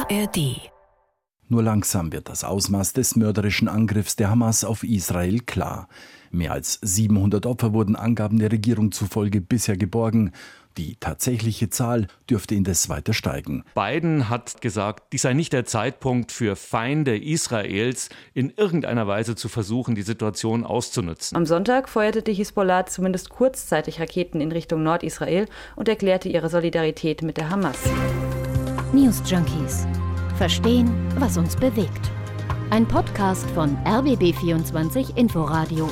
ARD. Nur langsam wird das Ausmaß des mörderischen Angriffs der Hamas auf Israel klar. Mehr als 700 Opfer wurden Angaben der Regierung zufolge bisher geborgen. Die tatsächliche Zahl dürfte indes weiter steigen. Biden hat gesagt, dies sei nicht der Zeitpunkt für Feinde Israels, in irgendeiner Weise zu versuchen, die Situation auszunutzen. Am Sonntag feuerte die Hisbollah zumindest kurzzeitig Raketen in Richtung Nordisrael und erklärte ihre Solidarität mit der Hamas. News Junkies. Verstehen, was uns bewegt. Ein Podcast von RBB24 Inforadio.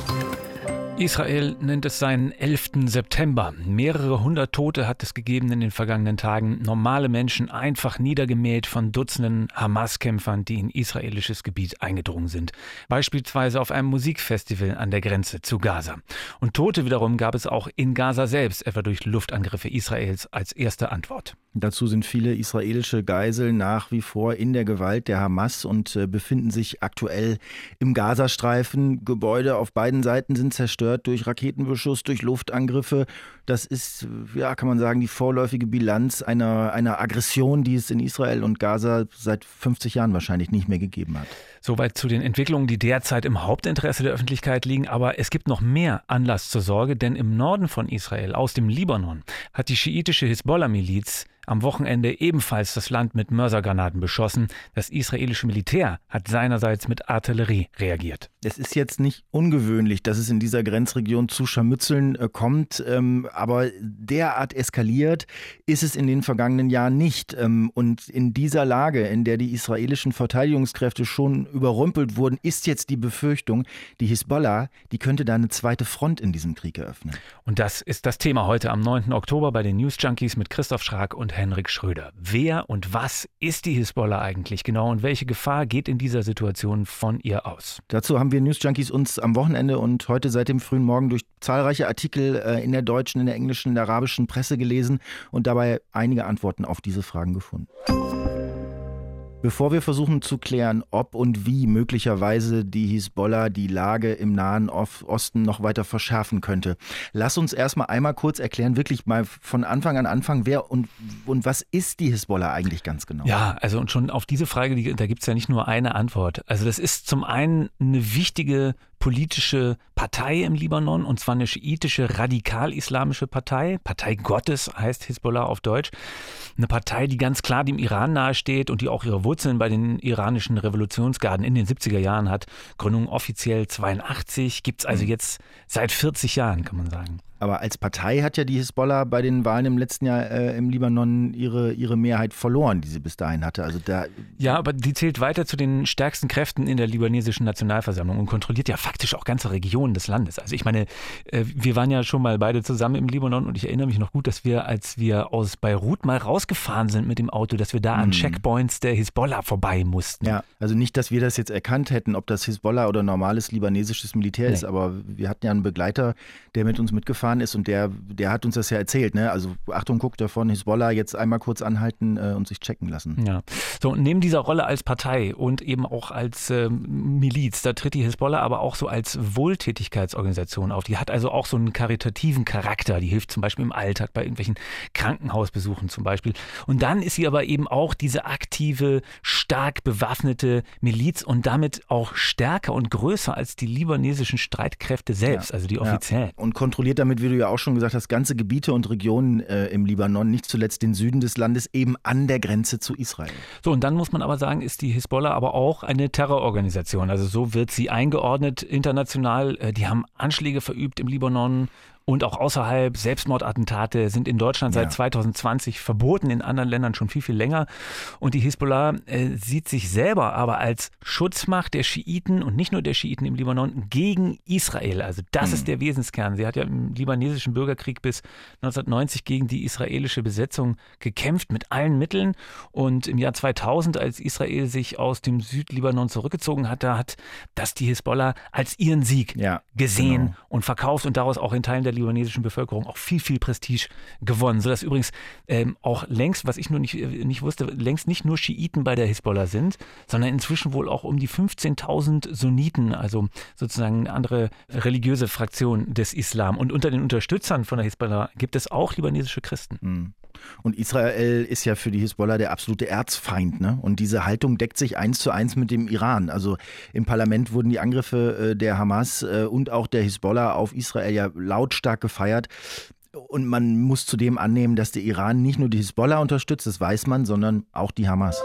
Israel nennt es seinen 11. September. Mehrere hundert Tote hat es gegeben in den vergangenen Tagen. Normale Menschen einfach niedergemäht von Dutzenden Hamas-Kämpfern, die in israelisches Gebiet eingedrungen sind. Beispielsweise auf einem Musikfestival an der Grenze zu Gaza. Und Tote wiederum gab es auch in Gaza selbst, etwa durch Luftangriffe Israels als erste Antwort. Dazu sind viele israelische Geiseln nach wie vor in der Gewalt der Hamas und befinden sich aktuell im Gazastreifen. Gebäude auf beiden Seiten sind zerstört durch Raketenbeschuss, durch Luftangriffe. Das ist, ja, kann man sagen, die vorläufige Bilanz einer Aggression, die es in Israel und Gaza seit 50 Jahren wahrscheinlich nicht mehr gegeben hat. Soweit zu den Entwicklungen, die derzeit im Hauptinteresse der Öffentlichkeit liegen. Aber es gibt noch mehr Anlass zur Sorge, denn im Norden von Israel, aus dem Libanon, hat die schiitische Hisbollah-Miliz am Wochenende ebenfalls das Land mit Mörsergranaten beschossen. Das israelische Militär hat seinerseits mit Artillerie reagiert. Es ist jetzt nicht ungewöhnlich, dass es in dieser Grenzregion zu Scharmützeln kommt, aber derart eskaliert ist es in den vergangenen Jahren nicht. Und in dieser Lage, in der die israelischen Verteidigungskräfte schon überrumpelt wurden, ist jetzt die Befürchtung, die Hisbollah, die könnte da eine zweite Front in diesem Krieg eröffnen. Und das ist das Thema heute am 9. Oktober bei den News Junkies mit Christoph Schrag und Henrik Schröder. Wer und was ist die Hisbollah eigentlich genau und welche Gefahr geht in dieser Situation von ihr aus? Dazu haben wir News Junkies uns am Wochenende und heute seit dem frühen Morgen durch zahlreiche Artikel in der deutschen, in der englischen, in der arabischen Presse gelesen und dabei einige Antworten auf diese Fragen gefunden. Bevor wir versuchen zu klären, ob und wie möglicherweise die Hisbollah die Lage im Nahen Osten noch weiter verschärfen könnte, lass uns erstmal einmal kurz erklären, wirklich mal von Anfang an anfangen, wer und was ist die Hisbollah eigentlich ganz genau? Ja, also und schon auf diese Frage, da gibt es ja nicht nur eine Antwort. Also das ist zum einen eine wichtige politische Partei im Libanon, und zwar eine schiitische radikal-islamische Partei. Partei Gottes heißt Hisbollah auf Deutsch. Eine Partei, die ganz klar dem Iran nahesteht und die auch ihre Wurzeln bei den iranischen Revolutionsgarden in den 70er Jahren hat. Gründung offiziell 82, gibt es also jetzt seit 40 Jahren, kann man sagen. Aber als Partei hat ja die Hisbollah bei den Wahlen im letzten Jahr im Libanon ihre Mehrheit verloren, die sie bis dahin hatte. Also ja, aber die zählt weiter zu den stärksten Kräften in der libanesischen Nationalversammlung und kontrolliert ja faktisch auch ganze Regionen des Landes. Also ich meine, wir waren ja schon mal beide zusammen im Libanon und ich erinnere mich noch gut, dass wir, als wir aus Beirut mal rausgefahren sind mit dem Auto, dass wir da an Checkpoints der Hisbollah vorbei mussten. Ja, also nicht, dass wir das jetzt erkannt hätten, ob das Hisbollah oder normales libanesisches Militär ist, aber wir hatten ja einen Begleiter, der mit uns mitgefahren ist und der hat uns das ja erzählt, ne? Also Achtung, guckt davon, Hisbollah jetzt einmal kurz anhalten und sich checken lassen. Ja, so und neben dieser Rolle als Partei und eben auch als Miliz, da tritt die Hisbollah aber auch so als Wohltätigkeitsorganisation auf. Die hat also auch so einen karitativen Charakter. Die hilft zum Beispiel im Alltag bei irgendwelchen Krankenhausbesuchen zum Beispiel. Und dann ist sie aber eben auch diese aktive, stark bewaffnete Miliz und damit auch stärker und größer als die libanesischen Streitkräfte selbst, also die offiziellen. Und kontrolliert damit, wie du ja auch schon gesagt hast, ganze Gebiete und Regionen im Libanon, nicht zuletzt den Süden des Landes, eben an der Grenze zu Israel. So, und dann muss man aber sagen, ist die Hisbollah aber auch eine Terrororganisation. Also so wird sie eingeordnet international. Die haben Anschläge verübt im Libanon und auch außerhalb. Selbstmordattentate sind in Deutschland seit 2020 verboten, in anderen Ländern schon viel, viel länger. Und die Hisbollah sieht sich selber aber als Schutzmacht der Schiiten und nicht nur der Schiiten im Libanon gegen Israel. Also das ist der Wesenskern. Sie hat ja im libanesischen Bürgerkrieg bis 1990 gegen die israelische Besetzung gekämpft mit allen Mitteln. Und im Jahr 2000, als Israel sich aus dem Südlibanon zurückgezogen hat, da hat das die Hisbollah als ihren Sieg gesehen und verkauft und daraus auch in Teilen der libanesischen Bevölkerung auch viel, viel Prestige gewonnen. Sodass übrigens auch längst, was ich nur nicht wusste, längst nicht nur Schiiten bei der Hisbollah sind, sondern inzwischen wohl auch um die 15.000 Sunniten, also sozusagen eine andere religiöse Fraktion des Islam. Und unter den Unterstützern von der Hisbollah gibt es auch libanesische Christen. Und Israel ist ja für die Hisbollah der absolute Erzfeind, ne? Und diese Haltung deckt sich 1:1 mit dem Iran. Also im Parlament wurden die Angriffe der Hamas und auch der Hisbollah auf Israel ja lautstark gefeiert. Und man muss zudem annehmen, dass der Iran nicht nur die Hisbollah unterstützt, das weiß man, sondern auch die Hamas.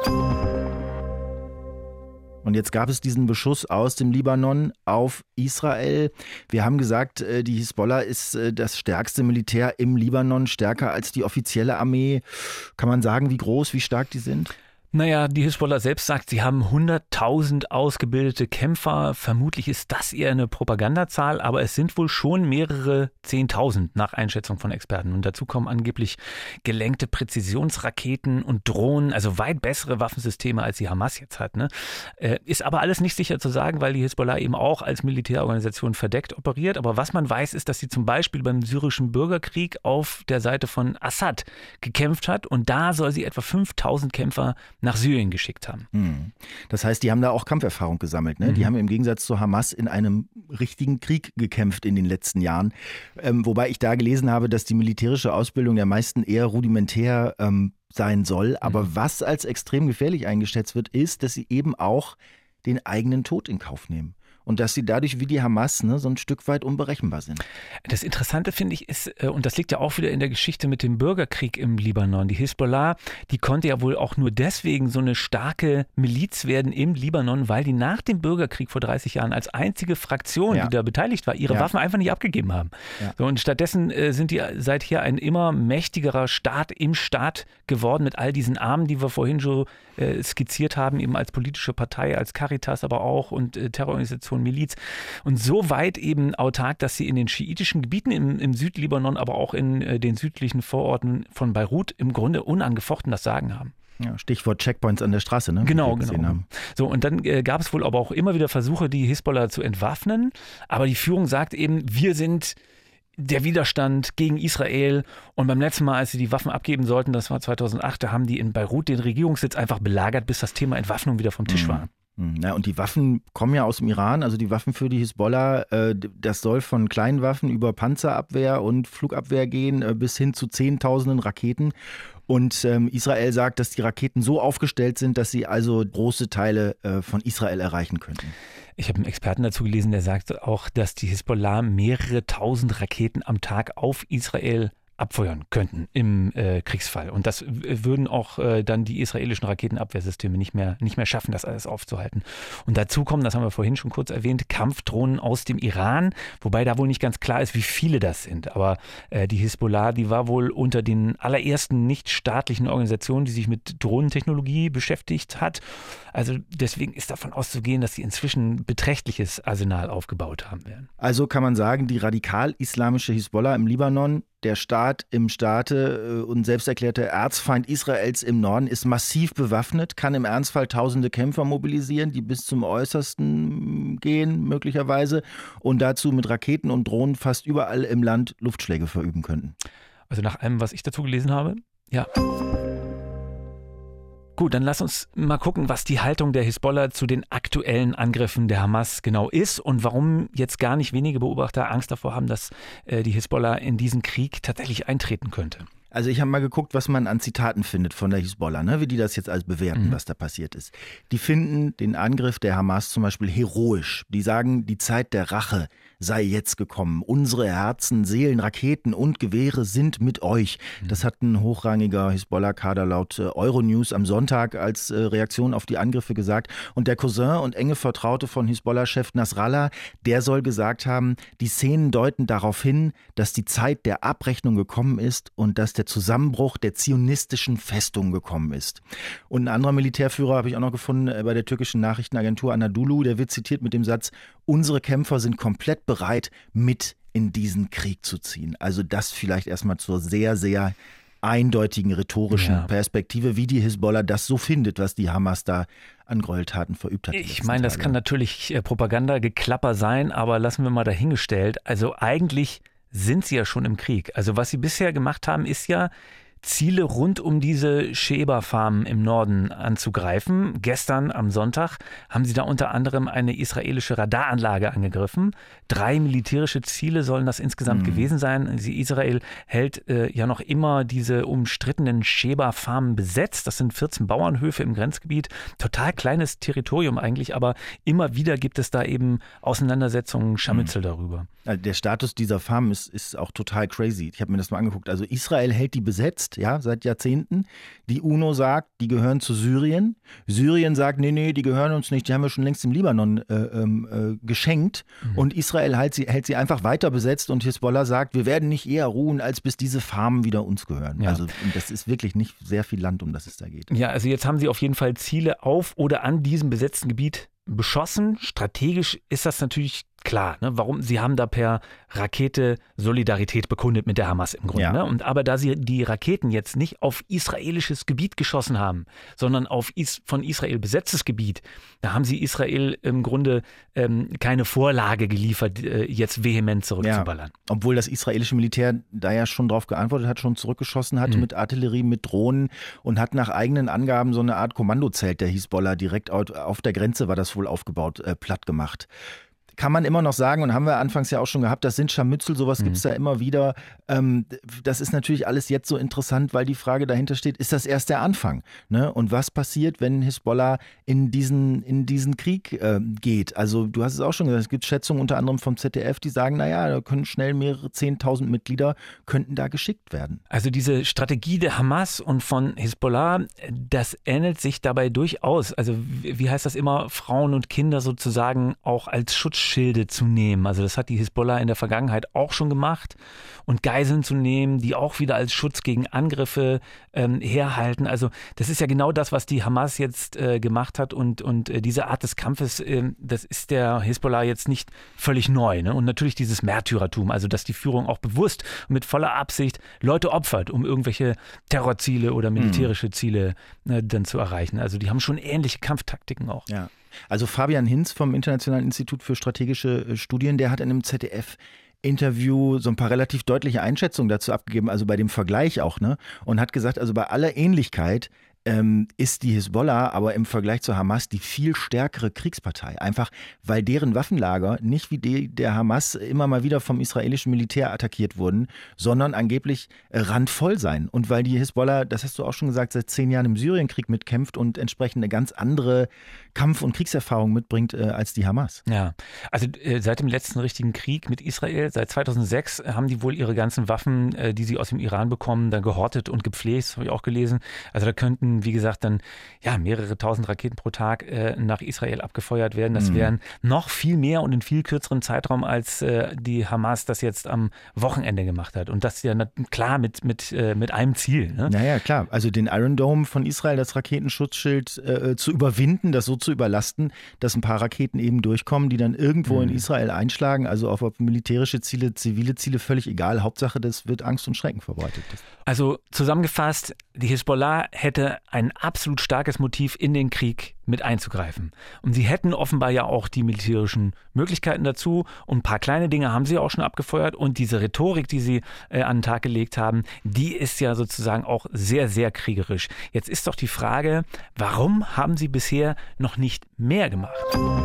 Und jetzt gab es diesen Beschuss aus dem Libanon auf Israel. Wir haben gesagt, die Hisbollah ist das stärkste Militär im Libanon, stärker als die offizielle Armee. Kann man sagen, wie groß, wie stark die sind? Naja, die Hisbollah selbst sagt, sie haben 100.000 ausgebildete Kämpfer. Vermutlich ist das eher eine Propagandazahl, aber es sind wohl schon mehrere 10.000 nach Einschätzung von Experten. Und dazu kommen angeblich gelenkte Präzisionsraketen und Drohnen, also weit bessere Waffensysteme, als die Hamas jetzt hat. Ne? Ist aber alles nicht sicher zu sagen, weil die Hisbollah eben auch als Militärorganisation verdeckt operiert. Aber was man weiß, ist, dass sie zum Beispiel beim syrischen Bürgerkrieg auf der Seite von Assad gekämpft hat. Und da soll sie etwa 5.000 Kämpfer nach Syrien geschickt haben. Das heißt, die haben da auch Kampferfahrung gesammelt. Ne? Die haben im Gegensatz zu Hamas in einem richtigen Krieg gekämpft in den letzten Jahren. Wobei ich da gelesen habe, dass die militärische Ausbildung der meisten eher rudimentär sein soll. Aber was als extrem gefährlich eingeschätzt wird, ist, dass sie eben auch den eigenen Tod in Kauf nehmen. Und dass sie dadurch wie die Hamas so ein Stück weit unberechenbar sind. Das Interessante, finde ich, ist, und das liegt ja auch wieder in der Geschichte mit dem Bürgerkrieg im Libanon, die Hisbollah, die konnte ja wohl auch nur deswegen so eine starke Miliz werden im Libanon, weil die nach dem Bürgerkrieg vor 30 Jahren als einzige Fraktion, die da beteiligt war, ihre Waffen einfach nicht abgegeben haben. Ja. So, und stattdessen sind die seither ein immer mächtigerer Staat im Staat geworden mit all diesen Armen, die wir vorhin so skizziert haben, eben als politische Partei, als Caritas aber auch und Terrororganisation, Miliz. Und so weit eben autark, dass sie in den schiitischen Gebieten im Südlibanon, aber auch in den südlichen Vororten von Beirut im Grunde unangefochten das Sagen haben. Ja, Stichwort Checkpoints an der Straße, ne? Genau. So, und dann gab es wohl aber auch immer wieder Versuche, die Hisbollah zu entwaffnen. Aber die Führung sagt eben, wir sind der Widerstand gegen Israel. Und beim letzten Mal, als sie die Waffen abgeben sollten, das war 2008, da haben die in Beirut den Regierungssitz einfach belagert, bis das Thema Entwaffnung wieder vom Tisch war. Ja, und die Waffen kommen ja aus dem Iran, also die Waffen für die Hisbollah, das soll von kleinen Waffen über Panzerabwehr und Flugabwehr gehen, bis hin zu Zehntausenden Raketen. Und Israel sagt, dass die Raketen so aufgestellt sind, dass sie also große Teile von Israel erreichen könnten. Ich habe einen Experten dazu gelesen, der sagt auch, dass die Hisbollah mehrere tausend Raketen am Tag auf Israel abfeuern könnten im Kriegsfall. Und das würden auch dann die israelischen Raketenabwehrsysteme nicht mehr schaffen, das alles aufzuhalten. Und dazu kommen, das haben wir vorhin schon kurz erwähnt, Kampfdrohnen aus dem Iran, wobei da wohl nicht ganz klar ist, wie viele das sind. Aber die Hisbollah, die war wohl unter den allerersten nichtstaatlichen Organisationen, die sich mit Drohnentechnologie beschäftigt hat. Also deswegen ist davon auszugehen, dass sie inzwischen beträchtliches Arsenal aufgebaut haben werden. Also kann man sagen, die radikal-islamische Hisbollah im Libanon, der Staat im Staate und selbsterklärte Erzfeind Israels im Norden, ist massiv bewaffnet, kann im Ernstfall tausende Kämpfer mobilisieren, die bis zum Äußersten gehen möglicherweise und dazu mit Raketen und Drohnen fast überall im Land Luftschläge verüben könnten. Also nach allem, was ich dazu gelesen habe, ja. Gut, dann lass uns mal gucken, was die Haltung der Hisbollah zu den aktuellen Angriffen der Hamas genau ist und warum jetzt gar nicht wenige Beobachter Angst davor haben, dass die Hisbollah in diesen Krieg tatsächlich eintreten könnte. Also ich habe mal geguckt, was man an Zitaten findet von der Hisbollah, ne? Wie die das jetzt alles bewerten, was da passiert ist. Die finden den Angriff der Hamas zum Beispiel heroisch. Die sagen, die Zeit der Rache sei jetzt gekommen. Unsere Herzen, Seelen, Raketen und Gewehre sind mit euch. Das hat ein hochrangiger Hisbollah-Kader laut Euronews am Sonntag als Reaktion auf die Angriffe gesagt. Und der Cousin und enge Vertraute von Hisbollah-Chef Nasrallah, der soll gesagt haben, die Szenen deuten darauf hin, dass die Zeit der Abrechnung gekommen ist und dass der Zusammenbruch der zionistischen Festung gekommen ist. Und ein anderer Militärführer habe ich auch noch gefunden bei der türkischen Nachrichtenagentur Anadolu, der wird zitiert mit dem Satz, unsere Kämpfer sind komplett bereit, mit in diesen Krieg zu ziehen. Also das vielleicht erstmal zur sehr, sehr eindeutigen rhetorischen Perspektive, wie die Hisbollah das so findet, was die Hamas da an Gräueltaten verübt hat. Ich meine, das kann natürlich Propagandageklapper sein, aber lassen wir mal dahingestellt. Also eigentlich sind sie ja schon im Krieg. Also was sie bisher gemacht haben, ist ja Ziele rund um diese Sheba-Farmen im Norden anzugreifen. Gestern am Sonntag haben sie da unter anderem eine israelische Radaranlage angegriffen. 3 militärische Ziele sollen das insgesamt gewesen sein. Israel hält ja noch immer diese umstrittenen Sheba-Farmen besetzt. Das sind 14 Bauernhöfe im Grenzgebiet. Total kleines Territorium eigentlich, aber immer wieder gibt es da eben Auseinandersetzungen, Scharmützel darüber. Der Status dieser Farmen ist auch total crazy. Ich habe mir das mal angeguckt. Also Israel hält die besetzt, ja, seit Jahrzehnten. Die UNO sagt, die gehören zu Syrien. Syrien sagt, nee, die gehören uns nicht. Die haben wir schon längst im Libanon geschenkt. Und Israel hält sie einfach weiter besetzt. Und Hisbollah sagt, wir werden nicht eher ruhen, als bis diese Farmen wieder uns gehören. Ja. Also das ist wirklich nicht sehr viel Land, um das es da geht. Ja, also jetzt haben sie auf jeden Fall Ziele auf oder an diesem besetzten Gebiet beschossen. Strategisch ist das natürlich klar, ne? Warum? Sie haben da per Rakete Solidarität bekundet mit der Hamas im Grunde. Ja. Ne? Aber da sie die Raketen jetzt nicht auf israelisches Gebiet geschossen haben, sondern auf von Israel besetztes Gebiet, da haben sie Israel im Grunde keine Vorlage geliefert, jetzt vehement zurückzuballern. Ja. Obwohl das israelische Militär da ja schon drauf geantwortet hat, schon zurückgeschossen hat mit Artillerie, mit Drohnen und hat nach eigenen Angaben so eine Art Kommandozelt der Hisbollah direkt auf der Grenze war das wohl aufgebaut, platt gemacht. Kann man immer noch sagen, und haben wir anfangs ja auch schon gehabt, das sind Scharmützel, sowas gibt es da immer wieder. Das ist natürlich alles jetzt so interessant, weil die Frage dahinter steht, ist das erst der Anfang? Ne? Und was passiert, wenn Hisbollah in diesen Krieg geht? Also du hast es auch schon gesagt, es gibt Schätzungen unter anderem vom ZDF, die sagen, naja, da können schnell mehrere 10.000 Mitglieder könnten da geschickt werden. Also diese Strategie der Hamas und von Hisbollah, das ähnelt sich dabei durchaus. Also wie heißt das immer, Frauen und Kinder sozusagen auch als Schutzschilde zu nehmen. Also das hat die Hisbollah in der Vergangenheit auch schon gemacht. Und Geiseln zu nehmen, die auch wieder als Schutz gegen Angriffe herhalten. Also das ist ja genau das, was die Hamas jetzt gemacht hat. Und diese Art des Kampfes, das ist der Hisbollah jetzt nicht völlig neu. Ne? Und natürlich dieses Märtyrertum, also dass die Führung auch bewusst und mit voller Absicht Leute opfert, um irgendwelche Terrorziele oder militärische Ziele dann zu erreichen. Also die haben schon ähnliche Kampftaktiken auch. Ja. Also Fabian Hinz vom Internationalen Institut für strategische Studien, der hat in einem ZDF-Interview so ein paar relativ deutliche Einschätzungen dazu abgegeben, also bei dem Vergleich auch, ne? Und hat gesagt, also bei aller Ähnlichkeit ist die Hisbollah aber im Vergleich zur Hamas die viel stärkere Kriegspartei. Einfach, weil deren Waffenlager nicht wie die der Hamas immer mal wieder vom israelischen Militär attackiert wurden, sondern angeblich randvoll seien. Und weil die Hisbollah, das hast du auch schon gesagt, seit 10 Jahren im Syrienkrieg mitkämpft und entsprechend eine ganz andere Kampf- und Kriegserfahrung mitbringt als die Hamas. Ja, also seit dem letzten richtigen Krieg mit Israel, seit 2006, haben die wohl ihre ganzen Waffen, die sie aus dem Iran bekommen, dann gehortet und gepflegt, das habe ich auch gelesen. Also da könnten, wie gesagt, dann ja mehrere tausend Raketen pro Tag nach Israel abgefeuert werden. Das wären noch viel mehr und in viel kürzerem Zeitraum, als die Hamas das jetzt am Wochenende gemacht hat. Und das ja klar mit einem Ziel. Ne? Naja, klar. Also den Iron Dome von Israel, das Raketenschutzschild zu überwinden, das so zu überlasten, dass ein paar Raketen eben durchkommen, die dann irgendwo in Israel einschlagen. Also ob militärische Ziele, zivile Ziele, völlig egal. Hauptsache, das wird Angst und Schrecken verbreitet. Also zusammengefasst, die Hisbollah hätte ein absolut starkes Motiv, in den Krieg mit einzugreifen. Und sie hätten offenbar ja auch die militärischen Möglichkeiten dazu. Und ein paar kleine Dinge haben sie auch schon abgefeuert. Und diese Rhetorik, die sie an den Tag gelegt haben, die ist ja sozusagen auch sehr, sehr kriegerisch. Jetzt ist doch die Frage, warum haben sie bisher noch nicht mehr gemacht?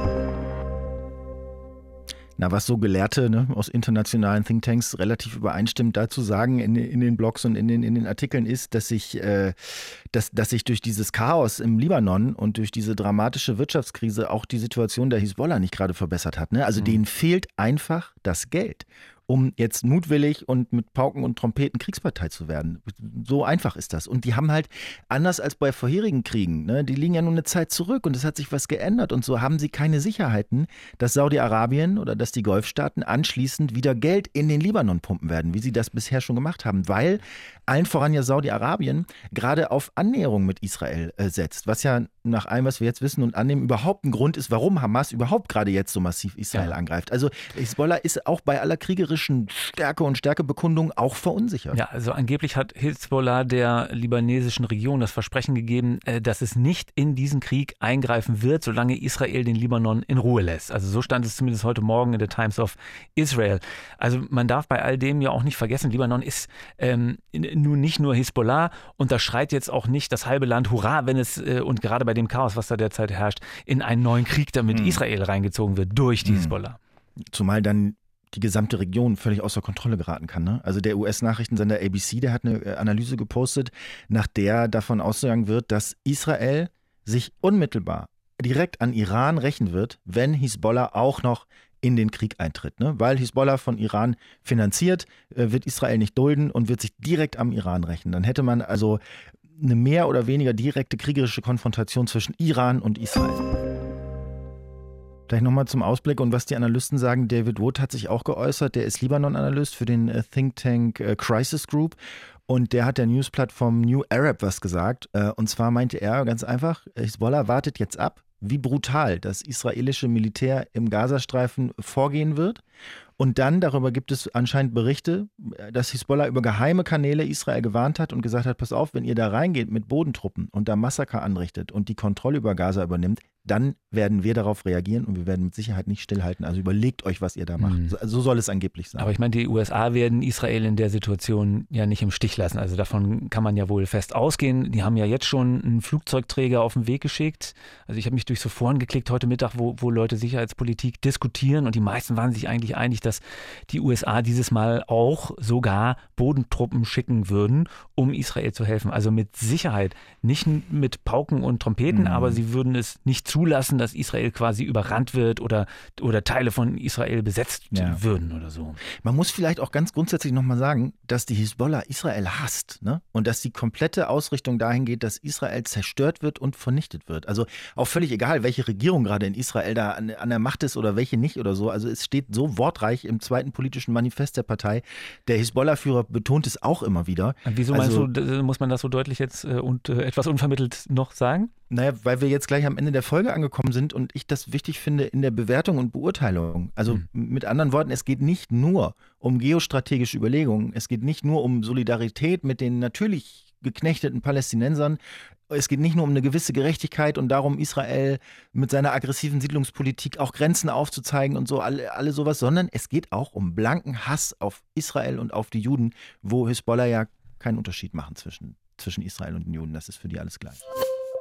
Na, was so Gelehrte aus internationalen Thinktanks relativ übereinstimmt dazu sagen in den Blogs und in den Artikeln ist, dass sich durch dieses Chaos im Libanon und durch diese dramatische Wirtschaftskrise auch die Situation der Hisbollah nicht gerade verbessert hat. Ne? Also denen fehlt einfach das Geld, um jetzt mutwillig und mit Pauken und Trompeten Kriegspartei zu werden. So einfach ist das. Und die haben halt, anders als bei vorherigen Kriegen, ne, die liegen ja nur eine Zeit zurück und es hat sich was geändert. Und so haben sie keine Sicherheiten, dass Saudi-Arabien oder dass die Golfstaaten anschließend wieder Geld in den Libanon pumpen werden, wie sie das bisher schon gemacht haben. Weil allen voran ja Saudi-Arabien gerade auf Annäherung mit Israel setzt. Was ja nach allem, was wir jetzt wissen und annehmen, überhaupt ein Grund ist, warum Hamas überhaupt gerade jetzt so massiv Israel angreift. Also Hisbollah ist auch bei aller kriegerischen militärischen Stärke und Stärkebekundungen auch verunsichert. Ja, also angeblich hat Hisbollah der libanesischen Regierung das Versprechen gegeben, dass es nicht in diesen Krieg eingreifen wird, solange Israel den Libanon in Ruhe lässt. Also so stand es zumindest heute Morgen in der Times of Israel. Also man darf bei all dem ja auch nicht vergessen, Libanon ist nun nicht nur Hisbollah und da schreit jetzt auch nicht das halbe Land Hurra, wenn es, und gerade bei dem Chaos, was da derzeit herrscht, in einen neuen Krieg, damit Israel reingezogen wird durch die Hisbollah. Zumal dann die gesamte Region völlig außer Kontrolle geraten kann. Ne? Also der US-Nachrichtensender ABC, der hat eine Analyse gepostet, nach der davon ausgegangen wird, dass Israel sich unmittelbar direkt an Iran rächen wird, wenn Hisbollah auch noch in den Krieg eintritt. Ne? Weil Hisbollah von Iran finanziert, wird Israel nicht dulden und wird sich direkt am Iran rächen. Dann hätte man also eine mehr oder weniger direkte kriegerische Konfrontation zwischen Iran und Israel. Vielleicht nochmal zum Ausblick und was die Analysten sagen. David Wood hat sich auch geäußert. Der ist Libanon-Analyst für den Think Tank Crisis Group. Und der hat der News-Plattform New Arab was gesagt. Und zwar meinte er ganz einfach, Hisbollah wartet jetzt ab, wie brutal das israelische Militär im Gazastreifen vorgehen wird. Und dann, darüber gibt es anscheinend Berichte, dass Hisbollah über geheime Kanäle Israel gewarnt hat und gesagt hat, pass auf, wenn ihr da reingeht mit Bodentruppen und da Massaker anrichtet und die Kontrolle über Gaza übernimmt, dann werden wir darauf reagieren und wir werden mit Sicherheit nicht stillhalten. Also überlegt euch, was ihr da macht. So soll es angeblich sein. Aber ich meine, die USA werden Israel in der Situation ja nicht im Stich lassen. Also davon kann man ja wohl fest ausgehen. Die haben ja jetzt schon einen Flugzeugträger auf den Weg geschickt. Also ich habe mich durch so Foren geklickt heute Mittag, wo Leute Sicherheitspolitik diskutieren und die meisten waren sich eigentlich einig, dass die USA dieses Mal auch sogar Bodentruppen schicken würden, um Israel zu helfen. Also mit Sicherheit, nicht mit Pauken und Trompeten, aber sie würden es nicht zulassen, dass Israel quasi überrannt wird oder Teile von Israel besetzt würden oder so. Man muss vielleicht auch ganz grundsätzlich nochmal sagen, dass die Hisbollah Israel hasst, ne? Und dass die komplette Ausrichtung dahin geht, dass Israel zerstört wird und vernichtet wird. Also auch völlig egal, welche Regierung gerade in Israel da an der Macht ist oder welche nicht oder so. Also es steht so wortreich im zweiten politischen Manifest der Partei. Der Hisbollah-Führer betont es auch immer wieder. Wieso meinst du, muss man das so deutlich jetzt und etwas unvermittelt noch sagen? Naja, weil wir jetzt gleich am Ende der Folge angekommen sind und ich das wichtig finde in der Bewertung und Beurteilung. Also mit anderen Worten, es geht nicht nur um geostrategische Überlegungen, es geht nicht nur um Solidarität mit den natürlich geknechteten Palästinensern, es geht nicht nur um eine gewisse Gerechtigkeit und darum, Israel mit seiner aggressiven Siedlungspolitik auch Grenzen aufzuzeigen und so, alle sowas, sondern es geht auch um blanken Hass auf Israel und auf die Juden, wo Hisbollah ja keinen Unterschied machen zwischen Israel und den Juden. Das ist für die alles gleich.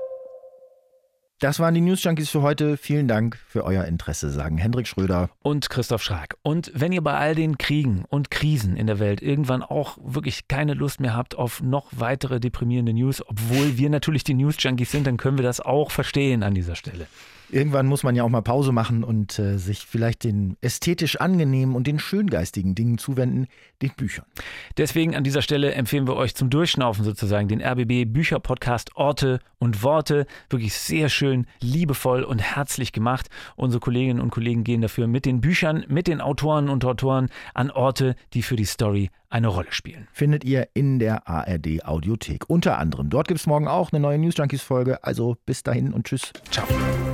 Das waren die News Junkies für heute. Vielen Dank für euer Interesse, sagen Hendrik Schröder und Christoph Schrag. Und wenn ihr bei all den Kriegen und Krisen in der Welt irgendwann auch wirklich keine Lust mehr habt auf noch weitere deprimierende News, obwohl wir natürlich die News Junkies sind, dann können wir das auch verstehen an dieser Stelle. Irgendwann muss man ja auch mal Pause machen und sich vielleicht den ästhetisch angenehmen und den schöngeistigen Dingen zuwenden, den Büchern. Deswegen an dieser Stelle empfehlen wir euch zum Durchschnaufen sozusagen den RBB Bücher-Podcast Orte und Worte. Wirklich sehr schön, liebevoll und herzlich gemacht. Unsere Kolleginnen und Kollegen gehen dafür mit den Büchern, mit den Autoren und Autoren an Orte, die für die Story eine Rolle spielen. Findet ihr in der ARD Audiothek unter anderem. Dort gibt es morgen auch eine neue News Junkies Folge. Also bis dahin und tschüss. Ciao.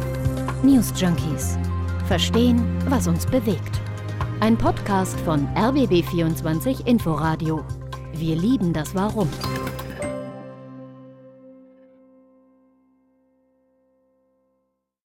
News Junkies. Verstehen, was uns bewegt. Ein Podcast von RBB24 Inforadio. Wir lieben das Warum.